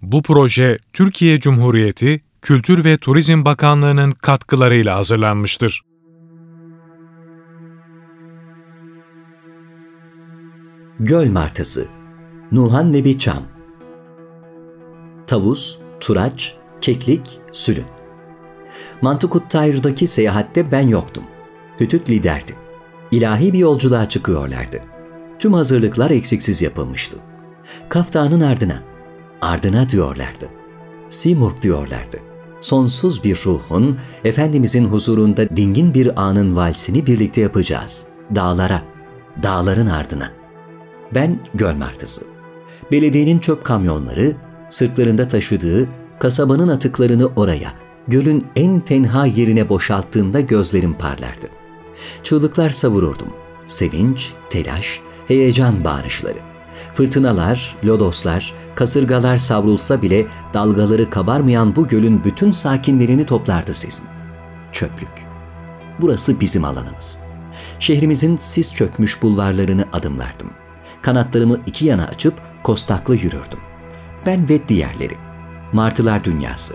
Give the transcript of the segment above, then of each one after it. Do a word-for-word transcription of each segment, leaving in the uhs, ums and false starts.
Bu proje Türkiye Cumhuriyeti Kültür ve Turizm Bakanlığı'nın katkılarıyla hazırlanmıştır. Göl Martısı, Nuhan Nebi Çam. Tavus, turaç, keklik, sülün. Mantıkuttayr'daki seyahatte ben yoktum. Hütüt liderdi. İlahi bir yolculuğa çıkıyorlardı. Tüm hazırlıklar eksiksiz yapılmıştı. Kaf Dağı'nın ardına, ardına diyorlardı. Simurg diyorlardı. Sonsuz bir ruhun, Efendimizin huzurunda dingin bir anın valsini birlikte yapacağız. Dağlara, dağların ardına. Ben göl martısı. Belediyenin çöp kamyonları, sırtlarında taşıdığı kasabanın atıklarını oraya, gölün en tenha yerine boşalttığında gözlerim parlardı. Çığlıklar savururdum. Sevinç, telaş, heyecan bağırışları. Fırtınalar, lodoslar, kasırgalar savrulsa bile dalgaları kabarmayan bu gölün bütün sakinlerini toplardı sesim. Çöplük. Burası bizim alanımız. Şehrimizin sis çökmüş bulvarlarını adımlardım. Kanatlarımı iki yana açıp kostaklı yürürdüm. Ben ve diğerleri. Martılar dünyası.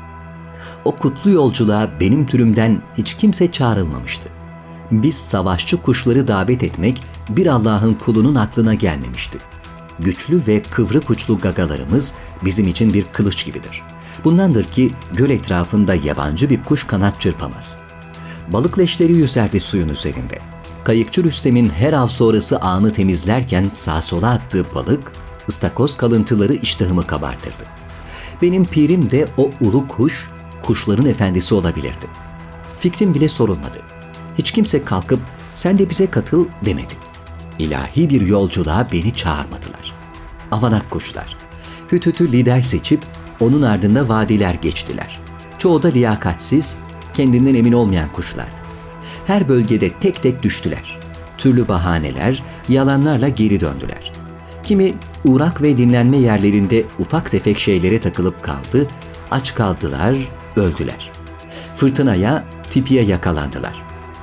O kutlu yolculuğa benim türümden hiç kimse çağrılmamıştı. Biz savaşçı kuşları davet etmek bir Allah'ın kulunun aklına gelmemişti. Güçlü ve kıvrık uçlu gagalarımız bizim için bir kılıç gibidir. Bundandır ki göl etrafında yabancı bir kuş kanat çırpamaz. Balık leşleri yüzerdi suyun üzerinde. Kayıkçı Rüstem'in her av sonrası ağını temizlerken sağa sola attığı balık, ıstakoz kalıntıları iştahımı kabartırdı. Benim pirim de o ulu kuş, kuşların efendisi olabilirdi. Fikrim bile sorulmadı. Hiç kimse kalkıp sen de bize katıl demedi. İlahi bir yolculuğa beni çağırmadılar. Avanak kuşlar. Hütüt'ü lider seçip onun ardında vadiler geçtiler. Çoğu da liyakatsiz, kendinden emin olmayan kuşlardı. Her bölgede tek tek düştüler. Türlü bahaneler, yalanlarla geri döndüler. Kimi uğrak ve dinlenme yerlerinde ufak tefek şeylere takılıp kaldı, aç kaldılar, öldüler. Fırtınaya, tipiye yakalandılar.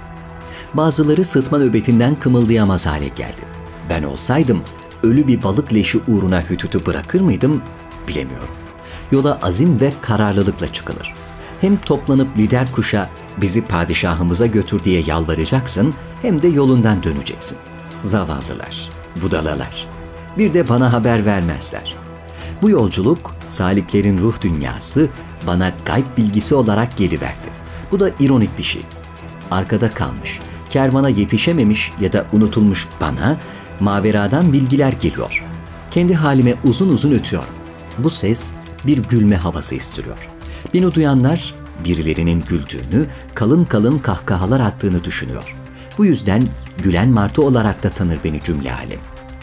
Bazıları sıtma nöbetinden kımıldayamaz hale geldi. Ben olsaydım ölü bir balık leşi uğruna Hütüt'ü bırakır mıydım bilemiyorum. Yola azim ve kararlılıkla çıkılır. Hem toplanıp lider kuşa bizi padişahımıza götür diye yalvaracaksın, hem de yolundan döneceksin. Zavallılar, budalalar. Bir de bana haber vermezler. Bu yolculuk, saliklerin ruh dünyası, bana gayb bilgisi olarak geliverdi. Bu da ironik bir şey. Arkada kalmış, kervana yetişememiş ya da unutulmuş bana, maveradan bilgiler geliyor. Kendi halime uzun uzun ötüyorum. Bu ses bir gülme havası istiriyor. Beni duyanlar, birilerinin güldüğünü, kalın kalın kahkahalar attığını düşünüyor. Bu yüzden gülen martı olarak da tanır beni cümle alem.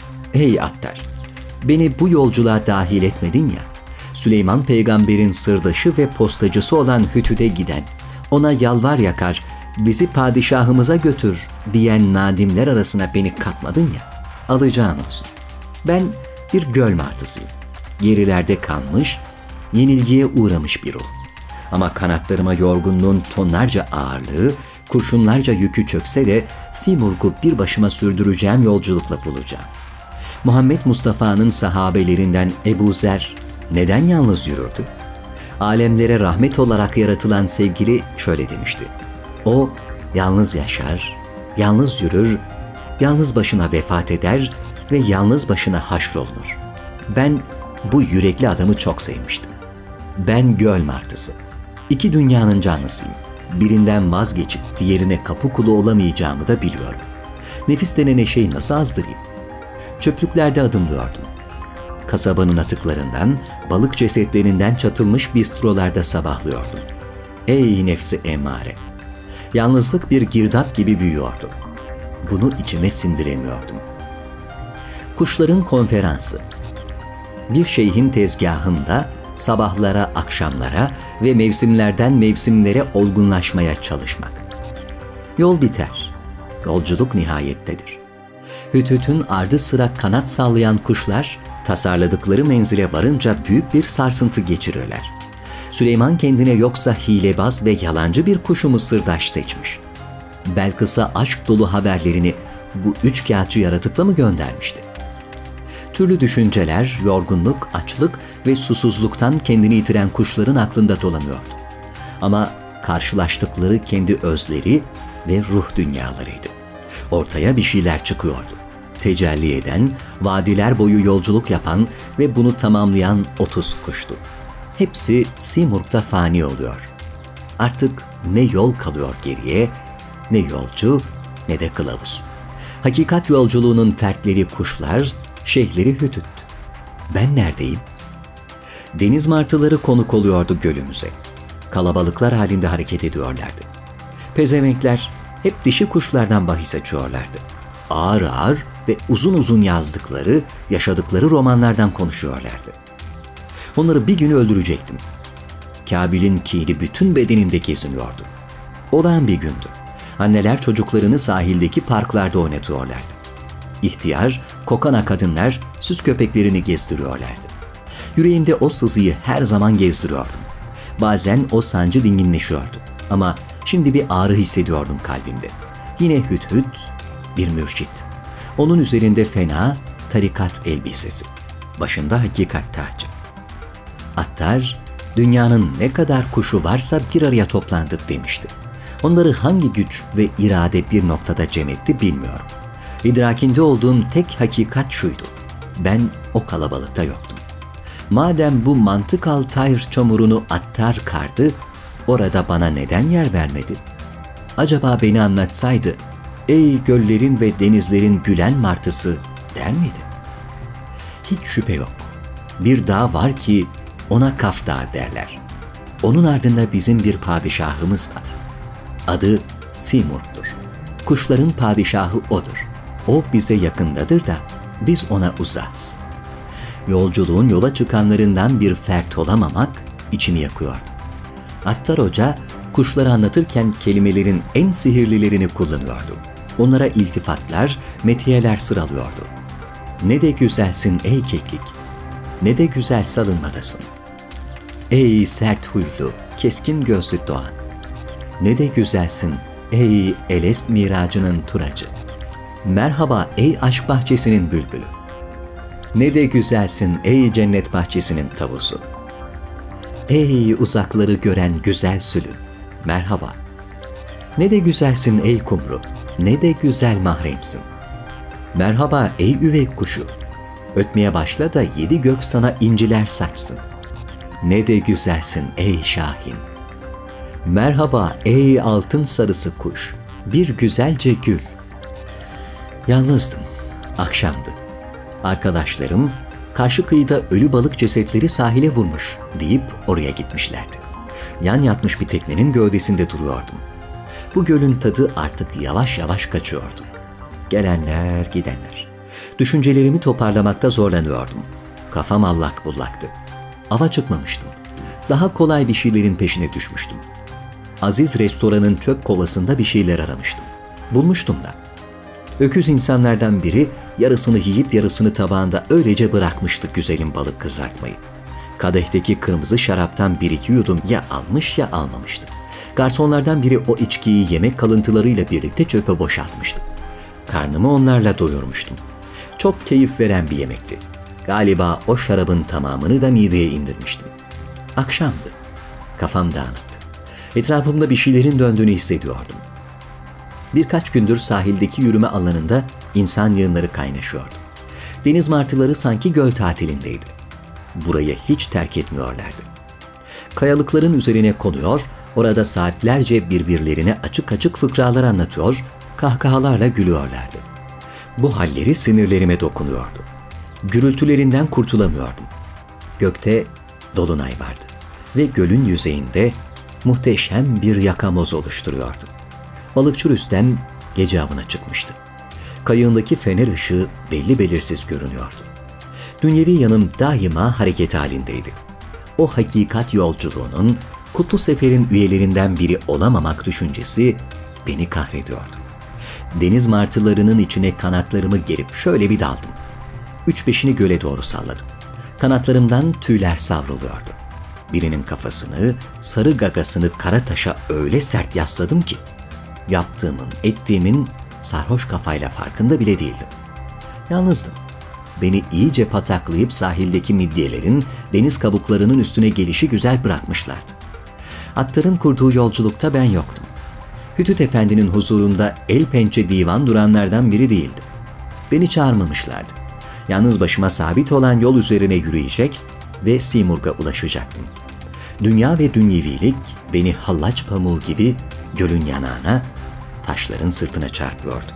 Hey Attar, beni bu yolculuğa dahil etmedin ya, Süleyman peygamberin sırdaşı ve postacısı olan Hütüt'e giden, ona yalvar yakar, bizi padişahımıza götür diyen nadimler arasına beni katmadın ya, alacağın olsun. Ben bir göl martısıyım. Gerilerde kalmış, yenilgiye uğramış bir ruh. Ama kanatlarıma yorgunluğun tonlarca ağırlığı, kurşunlarca yükü çökse de Simurg'u bir başıma sürdüreceğim yolculukla bulacağım. Muhammed Mustafa'nın sahabelerinden Ebu Zer neden yalnız yürürdü? Alemlere rahmet olarak yaratılan sevgili şöyle demişti. O yalnız yaşar, yalnız yürür, yalnız başına vefat eder ve yalnız başına haşrolunur. Ben bu yürekli adamı çok sevmiştim. Ben göl martısı. İki dünyanın canlısıyım. Birinden vazgeçip diğerine kapı kulu olamayacağımı da biliyorum. Nefis denen şeyi nasıl azdırayım? Çöplüklerde adımlıyordum. Kasabanın atıklarından, balık cesetlerinden çatılmış bistrolarda sabahlıyordum. Ey nefsi emmare! Yalnızlık bir girdap gibi büyüyordu. Bunu içime sindiremiyordum. Kuşların konferansı. Bir şeyhin tezgahında sabahlara, akşamlara ve mevsimlerden mevsimlere olgunlaşmaya çalışmak. Yol biter. Yolculuk nihayettedir. Hütüt'ün ardı sıra kanat sallayan kuşlar, tasarladıkları menzile varınca büyük bir sarsıntı geçirirler. Süleyman kendine yoksa hilebaz ve yalancı bir kuşu mu sırdaş seçmiş? Belkıs'a aşk dolu haberlerini bu üç kağıtçı yaratıkla mı göndermişti? türlü düşünceler, yorgunluk, açlık ve susuzluktan kendini yitiren kuşların aklında dolanıyordu. Ama karşılaştıkları kendi özleri ve ruh dünyalarıydı. Ortaya bir şeyler çıkıyordu. Tecelli eden, vadiler boyu yolculuk yapan ve bunu tamamlayan otuz kuştu. Hepsi Simurg'da fani oluyor. Artık ne yol kalıyor geriye, ne yolcu ne de kılavuz. Hakikat yolculuğunun fertleri kuşlar, şeyhleri Hütüt. Ben neredeyim? Deniz martıları konuk oluyordu gölümüze. Kalabalıklar halinde hareket ediyorlardı. Pezevenkler hep dişi kuşlardan bahis açıyorlardı. Ağır ağır ve uzun uzun yazdıkları, yaşadıkları romanlardan konuşuyorlardı. Onları bir gün öldürecektim. Kabil'in kiri bütün bedenimde geziniyordu. Olağan bir gündü. Anneler çocuklarını sahildeki parklarda oynatıyorlardı. İhtiyar, kokana kadınlar süs köpeklerini gezdiriyorlardı. Yüreğimde o sızıyı her zaman gezdiriyordum. Bazen o sancı dinginleşiyordu. Ama şimdi bir ağrı hissediyordum kalbimde. Yine Hüt-Hüt bir mürşit. Onun üzerinde fena tarikat elbisesi. Başında hakikat tacı. Attar, dünyanın ne kadar kuşu varsa bir araya toplandı demişti. Onları hangi güç ve irade bir noktada cem etti bilmiyorum. İdrakinde olduğum tek hakikat şuydu. Ben o kalabalıkta yoktum. Madem bu mantıkal tayr çamurunu Attar kardı, orada bana neden yer vermedi? Acaba beni anlatsaydı, ey göllerin ve denizlerin gülen martısı der miydi? Hiç şüphe yok. Bir dağ var ki ona Kaf Dağı derler. Onun ardında bizim bir padişahımız var. Adı Simurg'dur. Kuşların padişahı odur. O bize yakındadır da biz ona uzağız. Yolculuğun yola çıkanlarından bir fert olamamak içimi yakıyordu. Attar Hoca kuşları anlatırken kelimelerin en sihirlilerini kullanıyordu. Onlara iltifatlar, metiyeler sıralıyordu. Ne de güzelsin ey keklik, ne de güzel salınmadasın. Ey sert huylu, keskin gözlü doğan, ne de güzelsin ey Elest miracının turacı. Merhaba ey aşk bahçesinin bülbülü. Ne de güzelsin ey cennet bahçesinin tavusu. Ey uzakları gören güzel sülü, merhaba. Ne de güzelsin ey kumru, ne de güzel mahremsin. Merhaba ey üvey kuşu, ötmeye başla da yedi gök sana inciler saçsın. Ne de güzelsin ey şahin. Merhaba ey altın sarısı kuş, bir güzelce gül. Yalnızdım, akşamdı. Arkadaşlarım, karşı kıyıda ölü balık cesetleri sahile vurmuş deyip oraya gitmişlerdi. Yan yatmış bir teknenin gövdesinde duruyordum. Bu gölün tadı artık yavaş yavaş kaçıyordu. Gelenler gidenler. Düşüncelerimi toparlamakta zorlanıyordum. Kafam allak bullaktı. Ava çıkmamıştım. Daha kolay bir şeylerin peşine düşmüştüm. Aziz restoranın çöp kovasında bir şeyler aramıştım. Bulmuştum da. Öküz insanlardan biri yarısını yiyip yarısını tabağında öylece bırakmıştı güzelim balık kızartmayı. Kadehteki kırmızı şaraptan bir iki yudum ya almış ya almamıştı. Garsonlardan biri o içkiyi yemek kalıntılarıyla birlikte çöpe boşaltmıştı. Karnımı onlarla doyurmuştum. Çok keyif veren bir yemekti. Galiba o şarabın tamamını da mideye indirmiştim. Akşamdı. Kafam dağınıktı. Etrafımda bir şeylerin döndüğünü hissediyordum. Birkaç gündür sahildeki yürüme alanında insan yığınları kaynaşıyordu. Deniz martıları sanki göl tatilindeydi. Burayı hiç terk etmiyorlardı. Kayalıkların üzerine konuyor, orada saatlerce birbirlerine açık açık fıkralar anlatıyor, kahkahalarla gülüyorlardı. Bu halleri sinirlerime dokunuyordu. Gürültülerinden kurtulamıyordum. Gökte dolunay vardı ve gölün yüzeyinde muhteşem bir yakamoz oluşturuyordu. Balıkçı Rüstem gece avına çıkmıştı. Kayığındaki fener ışığı belli belirsiz görünüyordu. Dünyevi yanım daima hareket halindeydi. O hakikat yolculuğunun, kutlu seferin üyelerinden biri olamamak düşüncesi beni kahrediyordu. Deniz martılarının içine kanatlarımı gerip şöyle bir daldım. Üç beşini göle doğru salladım. Kanatlarımdan tüyler savruluyordu. Birinin kafasını, sarı gagasını kara taşa öyle sert yasladım ki, yaptığımın, ettiğimin sarhoş kafayla farkında bile değildim. Yalnızdım. beni iyice pataklayıp sahildeki midyelerin, deniz kabuklarının üstüne gelişi güzel bırakmışlardı. Atların kurduğu yolculukta ben yoktum. Hütüt Efendi'nin huzurunda el pençe divan duranlardan biri değildim. Beni çağırmamışlardı. Yalnız başıma sabit olan yol üzerine yürüyecek ve Simurg'a ulaşacaktım. Dünya ve dünyevilik beni hallaç pamuğu gibi gölün yanağına, taşların sırtına çarpıyordu.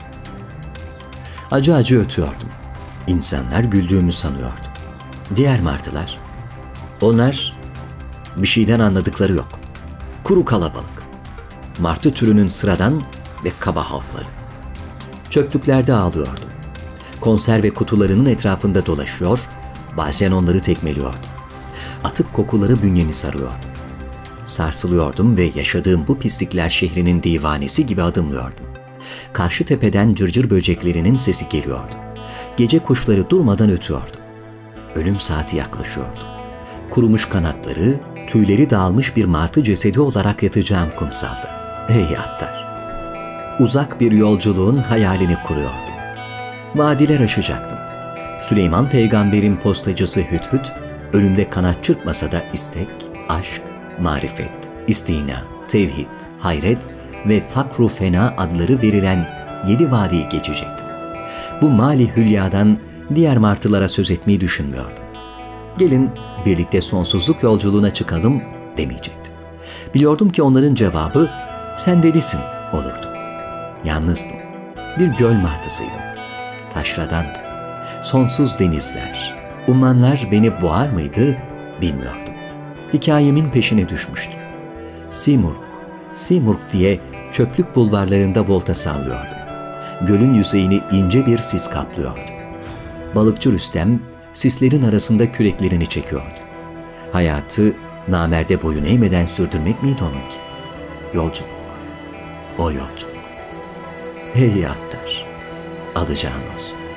Acı acı ötüyordum. İnsanlar güldüğümü sanıyordu. Diğer martılar, onlar bir şeyden anladıkları yok. Kuru kalabalık. Martı türünün sıradan ve kaba halkları. Çöplüklerde ağlıyordum. Konserve kutularının etrafında dolaşıyor, bazen onları tekmeliyordum. Atık kokuları bünyemi sarıyordu. Sarsılıyordum ve yaşadığım bu pislikler şehrinin divanesi gibi adımlıyordum. Karşı tepeden cırcır böceklerinin sesi geliyordu. Gece kuşları durmadan ötüyordu. Ölüm saati yaklaşıyordu. Kurumuş kanatları, tüyleri dağılmış bir martı cesedi olarak yatacağım kumsalda. Ey atlar! Uzak bir yolculuğun hayalini kuruyordum. Vadiler aşacaktım. Süleyman Peygamber'in postacısı Hüdhüd, önümde kanat çırpmasa da istek, aşk, marifet, istina, tevhid, hayret ve fakru fena adları verilen yedi vadiyi geçecektim. Bu mali hülyadan diğer martılara söz etmeyi düşünmüyordum. Gelin birlikte sonsuzluk yolculuğuna çıkalım demeyecektim. Biliyordum ki onların cevabı sen delisin olurdu. Yalnızdım. Bir göl martısıydım. Taşradandım. Sonsuz denizler, ummanlar beni boğar mıydı bilmiyordum. Hikayemin peşine düşmüştüm. Simurg, Simurg diye çöplük bulvarlarında volta sallıyordum. Gölün yüzeyini ince bir sis kaplıyordu. Balıkçı Rüstem sislerin arasında küreklerini çekiyordu. Hayatı namerde boyun eğmeden sürdürmek miydi onunki? Yolculuk, o yolculuk. Hey atlar, alacağın olsun.